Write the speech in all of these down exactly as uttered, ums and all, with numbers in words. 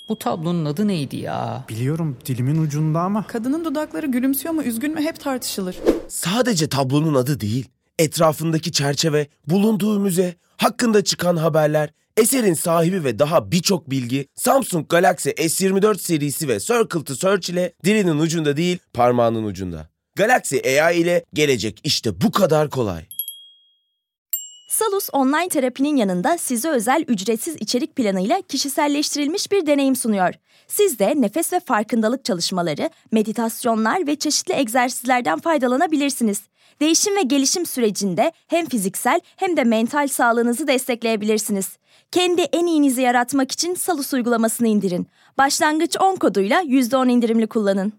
Bu tablonun adı neydi ya? Biliyorum, dilimin ucunda ama. Kadının dudakları gülümsüyor mu, üzgün mü hep tartışılır. Sadece tablonun adı değil, etrafındaki çerçeve, bulunduğu müze, hakkında çıkan haberler, eserin sahibi ve daha birçok bilgi Samsung Galaxy S yirmi dört serisi ve Circle to Search ile dilinin ucunda değil, parmağının ucunda. Galaxy A I ile gelecek işte bu kadar kolay. Salus online terapinin yanında size özel ücretsiz içerik planıyla kişiselleştirilmiş bir deneyim sunuyor. Siz de nefes ve farkındalık çalışmaları, meditasyonlar ve çeşitli egzersizlerden faydalanabilirsiniz. Değişim ve gelişim sürecinde hem fiziksel hem de mental sağlığınızı destekleyebilirsiniz. Kendi en iyinizi yaratmak için Salus uygulamasını indirin. Başlangıç on koduyla yüzde on indirimli kullanın.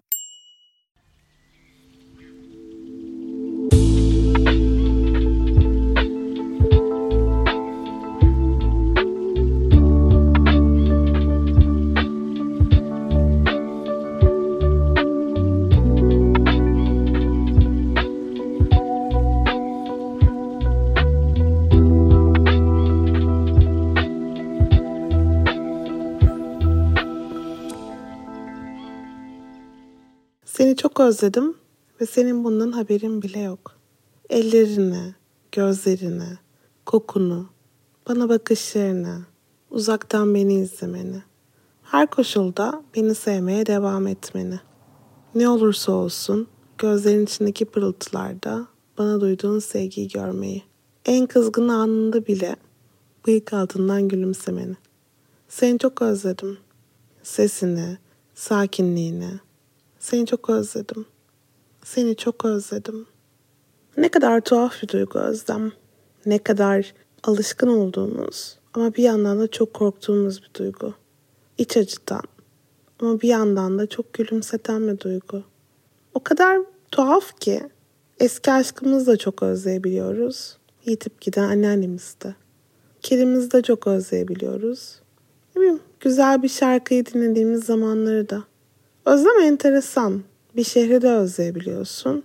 Seni çok özledim ve senin bundan haberin bile yok. Ellerini, gözlerini, kokunu, bana bakışlarını, uzaktan beni izlemeni, her koşulda beni sevmeye devam etmeni. Ne olursa olsun gözlerin içindeki pırıltılarda bana duyduğun sevgiyi görmeyi, en kızgın anında bile bıyık altından gülümsemeni. Seni çok özledim. Sesini, sakinliğini. Seni çok özledim. Seni çok özledim. Ne kadar tuhaf bir duygu özlem. Ne kadar alışkın olduğumuz ama bir yandan da çok korktuğumuz bir duygu. İç acıtan ama bir yandan da çok gülümseten bir duygu. O kadar tuhaf ki eski aşkımızı da çok özleyebiliyoruz. Yitip giden anneannemizi de. Kedimizi de çok özleyebiliyoruz. Ne bileyim, güzel bir şarkıyı dinlediğimiz zamanları da. Özlem enteresan. Bir şehri de özleyebiliyorsun.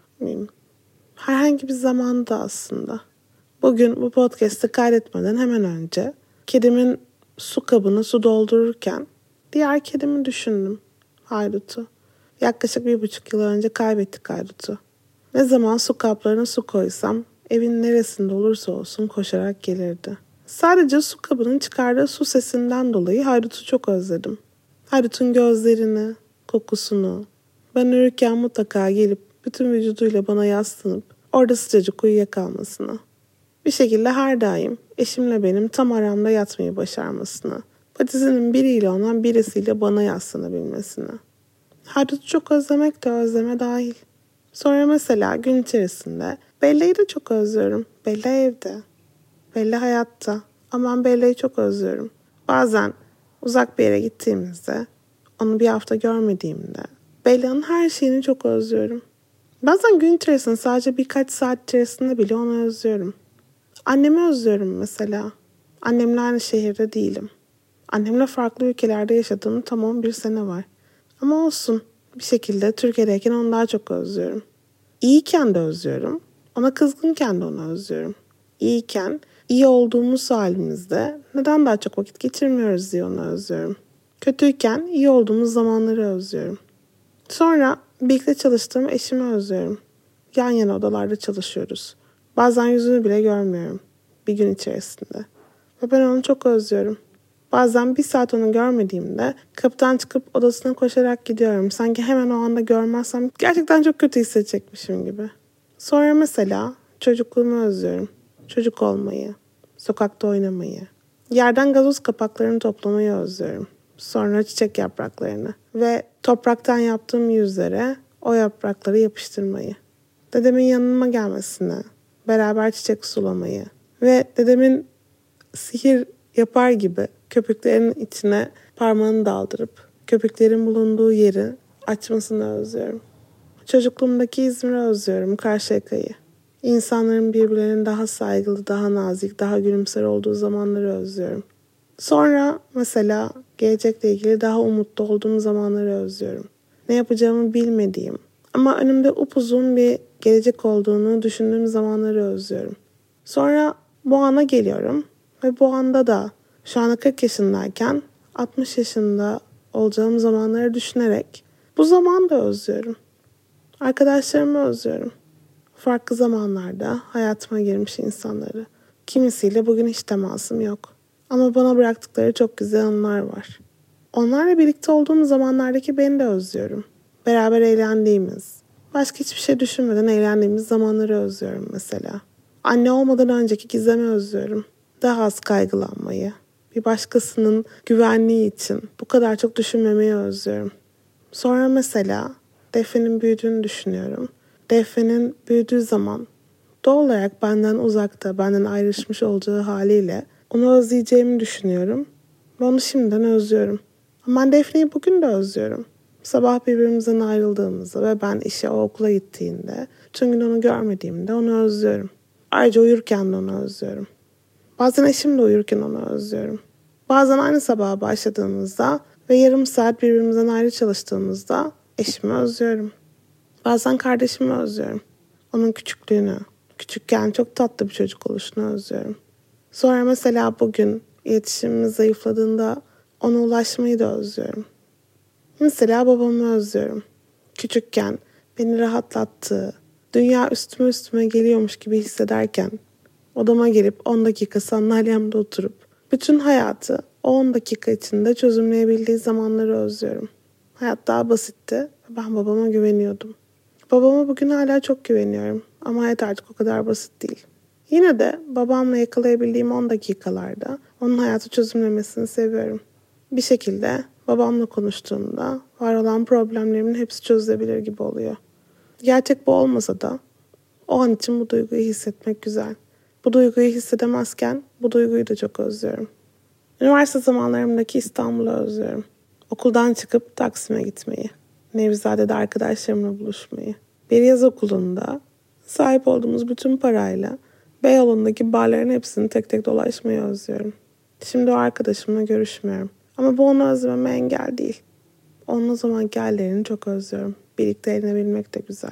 Herhangi bir zamanda aslında. Bugün bu podcast'ı kaydetmeden hemen önce kedimin su kabını su doldururken diğer kedimi düşündüm. Haydut'u. Yaklaşık bir buçuk yıl önce kaybettik Haydut'u. Ne zaman su kaplarına su koysam evin neresinde olursa olsun koşarak gelirdi. Sadece su kabının çıkardığı su sesinden dolayı Haydut'u çok özledim. Haydut'un gözlerini, kokusunu, ben uyurken mutlaka gelip bütün vücuduyla bana yaslanıp orada sıcacık uyuyakalmasını, bir şekilde her daim eşimle benim tam aramda yatmayı başarmasını, patisinin biriyle olan birisiyle bana yaslanabilmesini. Haydut'u çok özlemek de özleme dahil. Sonra mesela gün içerisinde Bella'yı da çok özlüyorum. Bella evde. Bella hayatta. Ama ben Bella'yı çok özlüyorum. Bazen uzak bir yere gittiğimizde, onu bir hafta görmediğimde Bella'nın her şeyini çok özlüyorum. Bazen gün içerisinde sadece birkaç saat içerisinde bile onu özlüyorum. Annemi özlüyorum mesela. Annemle aynı şehirde değilim. Annemle farklı ülkelerde yaşadığım tam on bir sene var. Ama olsun, bir şekilde Türkiye'deyken onu daha çok özlüyorum. İyiyken de özlüyorum. Ona kızgınken de onu özlüyorum. İyiyken, iyi olduğumuz halimizde neden daha çok vakit geçirmiyoruz diye onu özlüyorum. Kötüyken iyi olduğumuz zamanları özlüyorum. Sonra birlikte çalıştığım eşimi özlüyorum. Yan yana odalarda çalışıyoruz. Bazen yüzünü bile görmüyorum bir gün içerisinde. Ve ben onu çok özlüyorum. Bazen bir saat onu görmediğimde kapıdan çıkıp odasına koşarak gidiyorum. Sanki hemen o anda görmezsem gerçekten çok kötü hissedecekmişim gibi. Sonra mesela çocukluğumu özlüyorum. Çocuk olmayı, sokakta oynamayı, yerden gazoz kapaklarını toplamayı özlüyorum. Sonra çiçek yapraklarını ve topraktan yaptığım yüzlere o yaprakları yapıştırmayı. Dedemin yanıma gelmesini, beraber çiçek sulamayı ve dedemin sihir yapar gibi köpüklerin içine parmağını daldırıp köpüklerin bulunduğu yeri açmasını özlüyorum. Çocukluğumdaki İzmir'i özlüyorum, Karşıyaka'yı. İnsanların birbirlerine daha saygılı, daha nazik, daha gülümser olduğu zamanları özlüyorum. Sonra mesela gelecekle ilgili daha umutlu olduğum zamanları özlüyorum. Ne yapacağımı bilmediğim ama önümde upuzun bir gelecek olduğunu düşündüğüm zamanları özlüyorum. Sonra bu ana geliyorum ve bu anda da şu anda kırk yaşındayken altmış yaşında olacağım zamanları düşünerek bu zamanı da özlüyorum. Arkadaşlarımı özlüyorum. Farklı zamanlarda hayatıma girmiş insanları. Kimisiyle bugün hiç temasım yok. Ama bana bıraktıkları çok güzel anılar var. Onlarla birlikte olduğum zamanlardaki beni de özlüyorum. Beraber eğlendiğimiz, başka hiçbir şey düşünmeden eğlendiğimiz zamanları özlüyorum mesela. Anne olmadan önceki Gizem'i özlüyorum. Daha az kaygılanmayı, bir başkasının güvenliği için bu kadar çok düşünmemeyi özlüyorum. Sonra mesela Defne'nin büyüdüğünü düşünüyorum. Defne'nin büyüdüğü zaman doğal olarak benden uzakta, benden ayrışmış olacağı haliyle onu özleyeceğimi düşünüyorum. Ve onu şimdiden özlüyorum. Ama ben Defne'yi bugün de özlüyorum. Sabah birbirimizden ayrıldığımızda ve ben işe o okula gittiğinde, tüm gün onu görmediğimde onu özlüyorum. Ayrıca uyurken de onu özlüyorum. Bazen eşimle uyurken onu özlüyorum. Bazen aynı sabaha başladığımızda ve yarım saat birbirimizden ayrı çalıştığımızda eşimi özlüyorum. Bazen kardeşimi özlüyorum. Onun küçüklüğünü, küçükken çok tatlı bir çocuk oluşunu özlüyorum. Sonra mesela bugün iletişimimiz zayıfladığında ona ulaşmayı da özlüyorum. Mesela babamı özlüyorum. Küçükken beni rahatlattığı, dünya üstüme üstüme geliyormuş gibi hissederken odama gelip on dakika sandalyemde oturup bütün hayatı o on dakika içinde çözümleyebildiği zamanları özlüyorum. Hayat daha basitti ve ben babama güveniyordum. Babama bugün hala çok güveniyorum ama hayat artık o kadar basit değil. Yine de babamla yakalayabildiğim on dakikalarda onun hayatı çözümlemesini seviyorum. Bir şekilde babamla konuştuğumda var olan problemlerimin hepsi çözülebilir gibi oluyor. Gerçek bu olmasa da o an için bu duyguyu hissetmek güzel. Bu duyguyu hissedemezken bu duyguyu da çok özlüyorum. Üniversite zamanlarımdaki İstanbul'u özlüyorum. Okuldan çıkıp Taksim'e gitmeyi, Nevizade'de arkadaşlarımla buluşmayı, bir yaz okulunda sahip olduğumuz bütün parayla Beyoğlu'ndaki barların hepsini tek tek dolaşmayı özlüyorum. Şimdi o arkadaşımla görüşmüyorum. Ama bu onu özlememe engel değil. Onun o zamanki hallerini çok özlüyorum. Birlikte eğlenebilmek de güzel.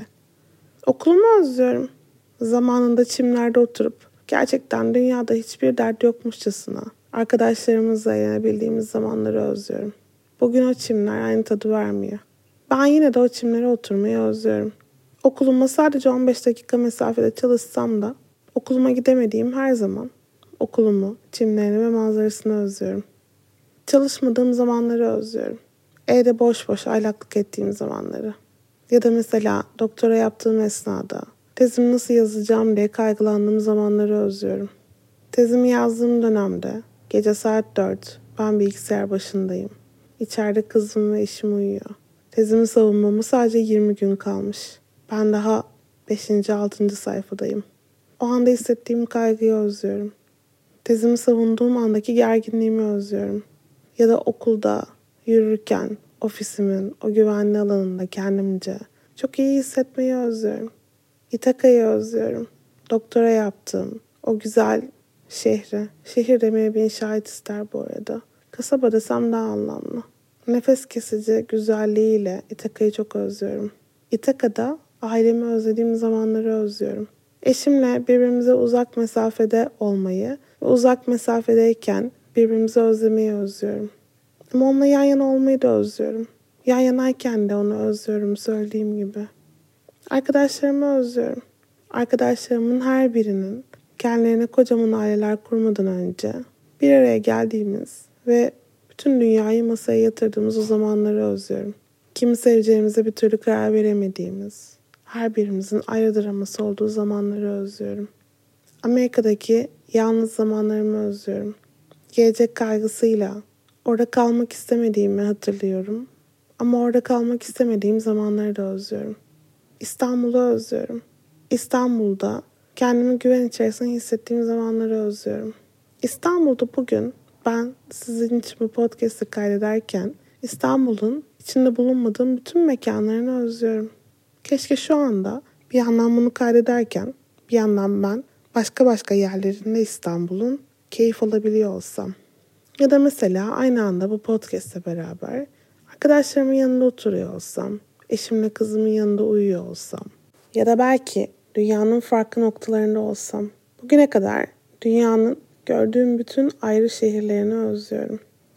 Okulumu özlüyorum. Zamanında çimlerde oturup gerçekten dünyada hiçbir dert yokmuşçasına arkadaşlarımızla eğlenebildiğimiz zamanları özlüyorum. Bugün o çimler aynı tadı vermiyor. Ben yine de o çimlere oturmayı özlüyorum. Okuluma sadece on beş dakika mesafede çalışsam da okuluma gidemediğim her zaman okulumu, çimlerini ve manzarasını özlüyorum. Çalışmadığım zamanları özlüyorum. Evde boş boş aylaklık ettiğim zamanları. Ya da mesela doktora yaptığım esnada tezimi nasıl yazacağım diye kaygılandığım zamanları özlüyorum. Tezimi yazdığım dönemde gece saat dört ben bilgisayar başındayım. İçeride kızım ve eşim uyuyor. Tezimi savunmama sadece yirmi gün kalmış. Ben daha beşinci altıncı sayfadayım. O anda hissettiğim kaygıyı özlüyorum. Tezimi savunduğum andaki gerginliğimi özlüyorum. Ya da okulda yürürken ofisimin o güvenli alanında kendimce çok iyi hissetmeyi özlüyorum. İtaka'yı özlüyorum. Doktora yaptığım o güzel şehri. Şehir demeye bin şahit ister bu arada. Kasaba desem daha anlamlı. Nefes kesici güzelliğiyle İtaka'yı çok özlüyorum. İtaka'da ailemi özlediğim zamanları özlüyorum. Eşimle birbirimize uzak mesafede olmayı ve uzak mesafedeyken birbirimizi özlemeyi özlüyorum. Ama onunla yan yana olmayı da özlüyorum. Yan yanayken de onu özlüyorum söylediğim gibi. Arkadaşlarımı özlüyorum. Arkadaşlarımın her birinin kendilerine kocaman aileler kurmadan önce bir araya geldiğimiz ve bütün dünyayı masaya yatırdığımız o zamanları özlüyorum. Kimi seveceğimize bir türlü karar veremediğimiz, her birimizin ayrı draması olduğu zamanları özlüyorum. Amerika'daki yalnız zamanlarımı özlüyorum. Gelecek kaygısıyla orada kalmak istemediğimi hatırlıyorum. Ama orada kalmak istemediğim zamanları da özlüyorum. İstanbul'u özlüyorum. İstanbul'da kendimi güven içerisinde hissettiğim zamanları özlüyorum. İstanbul'da bugün ben sizin için bu podcast'ı kaydederken İstanbul'un içinde bulunmadığım bütün mekanlarını özlüyorum. Keşke şu anda bir yandan bunu kaydederken bir yandan ben başka başka yerlerinde İstanbul'un keyif alabiliyor olsam. Ya da mesela aynı anda bu podcast'le beraber arkadaşlarımın yanında oturuyor olsam, eşimle kızımın yanında uyuyor olsam ya da belki dünyanın farklı noktalarında olsam. Bugüne kadar dünyanın gördüğüm bütün ayrı şehirlerini özlüyorum.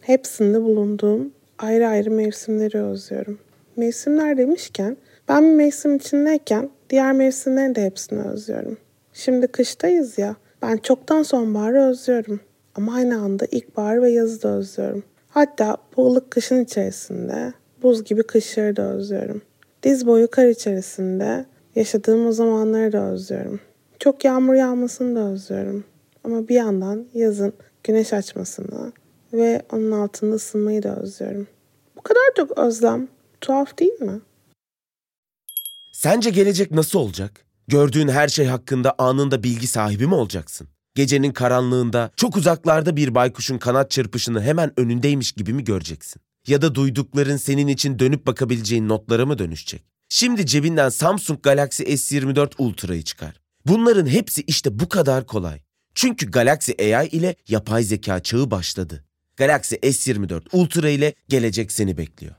Hepsinde bulunduğum ayrı ayrı mevsimleri özlüyorum. Mevsimler demişken ben bir mevsim içindeyken diğer mevsimlerin de hepsini özlüyorum. Şimdi kıştayız ya, ben çoktan sonbaharı özlüyorum. Ama aynı anda ilkbahar ve yazı da özlüyorum. Hatta bu ılık kışın içerisinde buz gibi kışları da özlüyorum. Diz boyu kar içerisinde yaşadığım o zamanları da özlüyorum. Çok yağmur yağmasını da özlüyorum. Ama bir yandan yazın güneş açmasını ve onun altında ısınmayı da özlüyorum. Bu kadar çok özlem tuhaf değil mi? Sence gelecek nasıl olacak? Gördüğün her şey hakkında anında bilgi sahibi mi olacaksın? Gecenin karanlığında çok uzaklarda bir baykuşun kanat çırpışını hemen önündeymiş gibi mi göreceksin? Ya da duydukların senin için dönüp bakabileceğin notlara mı dönüşecek? Şimdi cebinden Samsung Galaxy S yirmi dört Ultra'yı çıkar. Bunların hepsi işte bu kadar kolay. Çünkü Galaxy A I ile yapay zeka çağı başladı. Galaxy S yirmi dört Ultra ile gelecek seni bekliyor.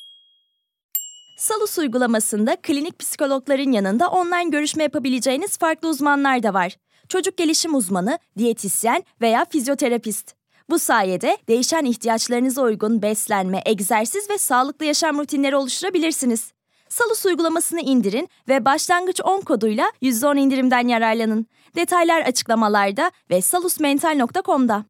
Salus uygulamasında klinik psikologların yanında online görüşme yapabileceğiniz farklı uzmanlar da var. Çocuk gelişim uzmanı, diyetisyen veya fizyoterapist. Bu sayede değişen ihtiyaçlarınıza uygun beslenme, egzersiz ve sağlıklı yaşam rutinleri oluşturabilirsiniz. Salus uygulamasını indirin ve başlangıç on koduyla yüzde on indirimden yararlanın. Detaylar açıklamalarda ve salusmental nokta com'da.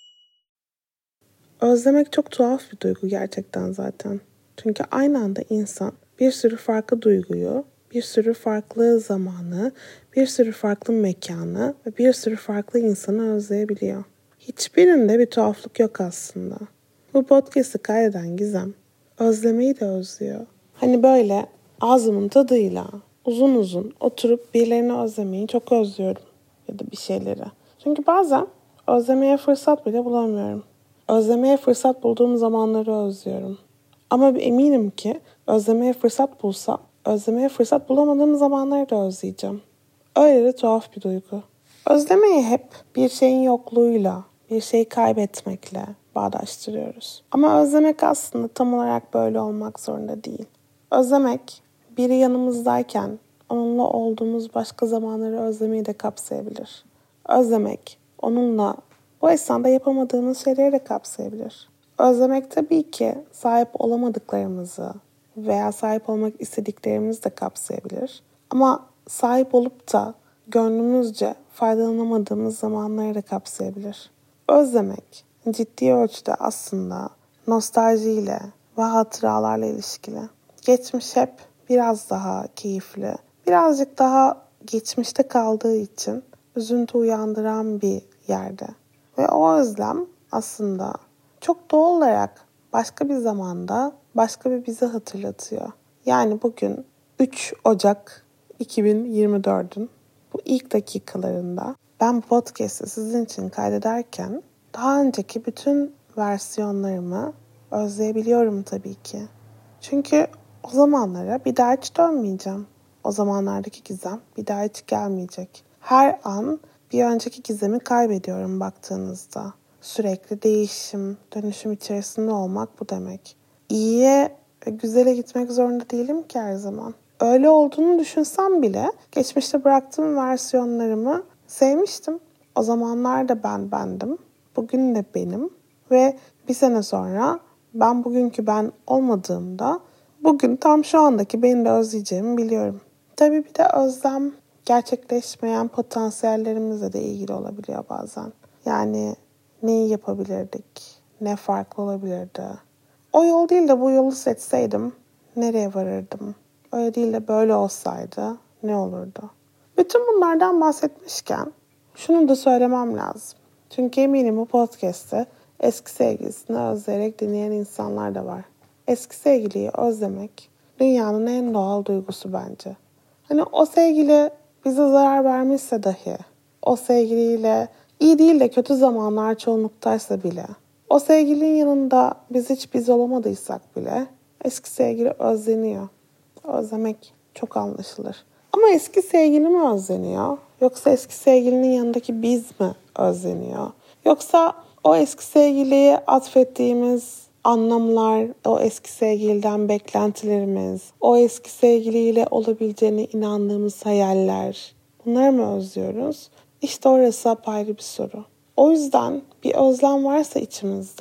Özlemek çok tuhaf bir duygu gerçekten zaten. Çünkü aynı anda insan bir sürü farklı duyguyu, bir sürü farklı zamanı, bir sürü farklı mekanı ve bir sürü farklı insanı özleyebiliyor. Hiçbirinde bir tuhaflık yok aslında. Bu podcast'ı kaydeden Gizem, özlemeyi de özlüyor. Hani böyle ağzımın tadıyla uzun uzun oturup birilerini özlemeyi çok özlüyorum. Ya da bir şeyleri. Çünkü bazen özlemeye fırsat bile bulamıyorum. Özlemeye fırsat bulduğum zamanları özlüyorum. Ama eminim ki özlemeye fırsat bulsam, özlemeye fırsat bulamadığım zamanları da özleyeceğim. Öyle de tuhaf bir duygu. Özlemeyi hep bir şeyin yokluğuyla, bir şeyi kaybetmekle bağdaştırıyoruz. Ama özlemek aslında tam olarak böyle olmak zorunda değil. Özlemek, biri yanımızdayken onunla olduğumuz başka zamanları özlemeyi de kapsayabilir. Özlemek, onunla bu esnada yapamadığımız şeyleri de kapsayabilir. Özlemek tabii ki sahip olamadıklarımızı veya sahip olmak istediklerimizi de kapsayabilir. Ama sahip olup da gönlümüzce faydalanamadığımız zamanları da kapsayabilir. Özlemek ciddi ölçüde aslında nostaljiyle ve hatıralarla ilişkili. Geçmiş hep biraz daha keyifli, birazcık daha geçmişte kaldığı için üzüntü uyandıran bir yerde. Ve o özlem aslında çok doğal olarak başka bir zamanda başka bir bizi hatırlatıyor. Yani bugün üç Ocak iki bin yirmi dördün bu ilk dakikalarında ben bu podcast'ı sizin için kaydederken daha önceki bütün versiyonlarımı özleyebiliyorum tabii ki. Çünkü o zamanlara bir daha hiç dönmeyeceğim. O zamanlardaki Gizem bir daha hiç gelmeyecek. Her an bir önceki Gizem'i kaybediyorum baktığınızda. Sürekli değişim, dönüşüm içerisinde olmak bu demek. İyiye ve güzele gitmek zorunda değilim ki her zaman. Öyle olduğunu düşünsem bile geçmişte bıraktığım versiyonlarımı sevmiştim. O zamanlar da ben bendim. Bugün de benim. Ve bir sene sonra ben bugünkü ben olmadığımda bugün tam şu andaki beni de özleyeceğimi biliyorum. Tabii bir de özlem gerçekleşmeyen potansiyellerimizle de ilgili olabiliyor bazen. Yani neyi yapabilirdik? Ne farklı olabilirdi? O yol değil de bu yolu seçseydim nereye varırdım? Öyle değil de böyle olsaydı ne olurdu? Bütün bunlardan bahsetmişken şunu da söylemem lazım. Çünkü eminim bu podcast'te eski sevgilisini özleyerek dinleyen insanlar da var. Eski sevgiliyi özlemek dünyanın en doğal duygusu bence. Hani o sevgili bize zarar vermişse dahi, o sevgiliyle iyi değil de kötü zamanlar çoğunluktaysa bile, o sevgilinin yanında biz hiç biz olamadıysak bile eski sevgili özleniyor. Özlemek çok anlaşılır. Ama eski sevgili mi özleniyor? Yoksa eski sevgilinin yanındaki biz mi özleniyor? Yoksa o eski sevgiliye atfettiğimiz anlamlar, o eski sevgiliden beklentilerimiz, o eski sevgiliyle olabileceğine inandığımız hayaller, bunları mı özlüyoruz? İşte orası apayrı bir soru. O yüzden bir özlem varsa içimizde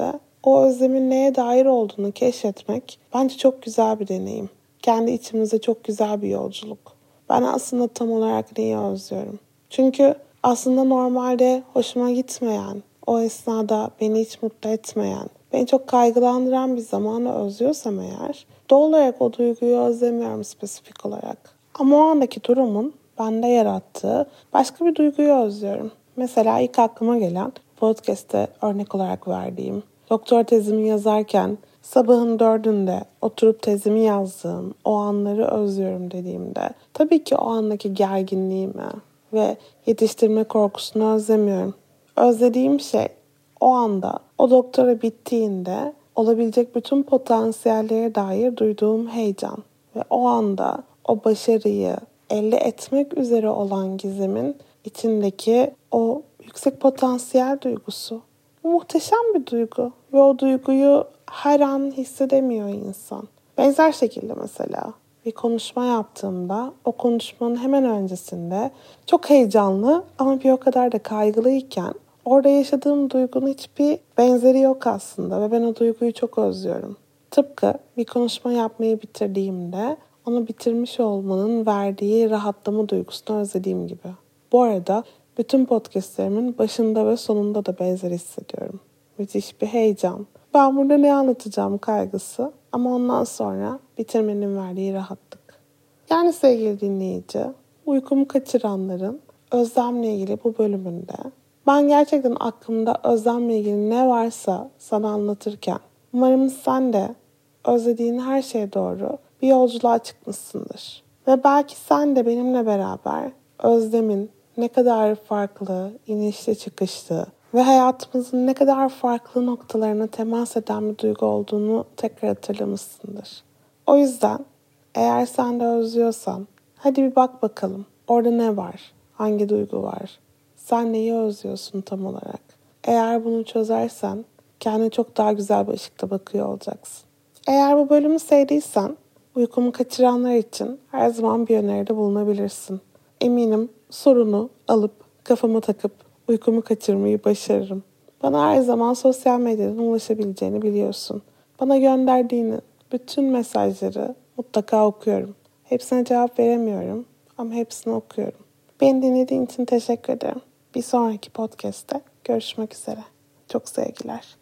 o özlemin neye dair olduğunu keşfetmek bence çok güzel bir deneyim. Kendi içimizde çok güzel bir yolculuk. Ben aslında tam olarak neyi özlüyorum? Çünkü aslında normalde hoşuma gitmeyen, o esnada beni hiç mutlu etmeyen, beni çok kaygılandıran bir zamanı özlüyorsam eğer, doğal olarak o duyguyu özlemiyorum spesifik olarak. Ama o andaki durumun bende yarattığı başka bir duyguyu özlüyorum. Mesela ilk aklıma gelen podcast'te örnek olarak verdiğim, doktor tezimi yazarken sabahın dördünde oturup tezimi yazdığım o anları özlüyorum dediğimde, tabii ki o andaki gerginliğimi ve yetiştirme korkusunu özlemiyorum. Özlediğim şey o anda, o doktora bittiğinde olabilecek bütün potansiyellere dair duyduğum heyecan ve o anda o başarıyı elde etmek üzere olan Gizem'in içindeki o yüksek potansiyel duygusu. Muhteşem bir duygu ve o duyguyu her an hissedemiyor insan. Benzer şekilde mesela bir konuşma yaptığımda o konuşmanın hemen öncesinde çok heyecanlı ama bir o kadar da kaygılıyken orada yaşadığım duygunun hiçbir benzeri yok aslında ve ben o duyguyu çok özlüyorum. Tıpkı bir konuşma yapmayı bitirdiğimde onu bitirmiş olmanın verdiği rahatlama duygusunu özlediğim gibi. Bu arada bütün podcastlerimin başında ve sonunda da benzer hissediyorum. Müthiş bir heyecan. Ben burada ne anlatacağım kaygısı ama ondan sonra bitirmenin verdiği rahatlık. Yani sevgili dinleyici, uykumu kaçıranların özlemle ilgili bu bölümünde ben gerçekten aklımda özlemle ilgili ne varsa sana anlatırken umarım sen de özlediğin her şeye doğru bir yolculuğa çıkmışsındır. Ve belki sen de benimle beraber özlemin ne kadar farklı, inişli çıkışlı ve hayatımızın ne kadar farklı noktalarına temas eden bir duygu olduğunu tekrar hatırlamışsındır. O yüzden eğer sen de özlüyorsan hadi bir bak bakalım orada ne var, hangi duygu var, sen neyi özlüyorsun tam olarak. Eğer bunu çözersen kendine çok daha güzel bir ışıkla bakıyor olacaksın. Eğer bu bölümü sevdiysen uykumu kaçıranlar için her zaman bir öneride bulunabilirsin. Eminim sorunu alıp kafama takıp uykumu kaçırmayı başarırım. Bana her zaman sosyal medyadan ulaşabileceğini biliyorsun. Bana gönderdiğin bütün mesajları mutlaka okuyorum. Hepsine cevap veremiyorum ama hepsini okuyorum. Beni dinlediğin için teşekkür ederim. Bir sonraki podcast'te görüşmek üzere. Çok sevgiler.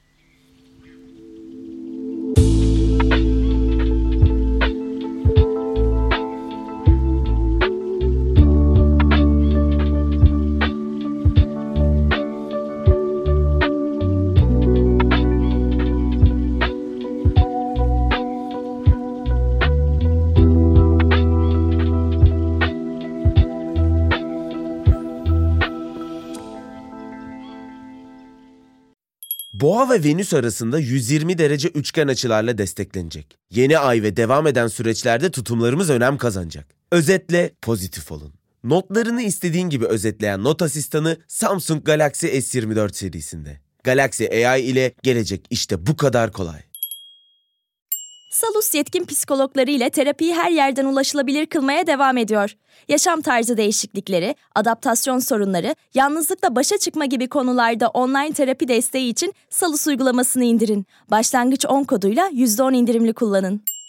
Boğa ve Venüs arasında yüz yirmi derece üçgen açılarla desteklenecek. Yeni ay ve devam eden süreçlerde tutumlarımız önem kazanacak. Özetle pozitif olun. Notlarını istediğin gibi özetleyen not asistanı Samsung Galaxy S yirmi dört serisinde. Galaxy A I ile gelecek işte bu kadar kolay. Salus yetkin psikologları ile terapiyi her yerden ulaşılabilir kılmaya devam ediyor. Yaşam tarzı değişiklikleri, adaptasyon sorunları, yalnızlıkla başa çıkma gibi konularda online terapi desteği için Salus uygulamasını indirin. Başlangıç on koduyla yüzde on indirimli kullanın.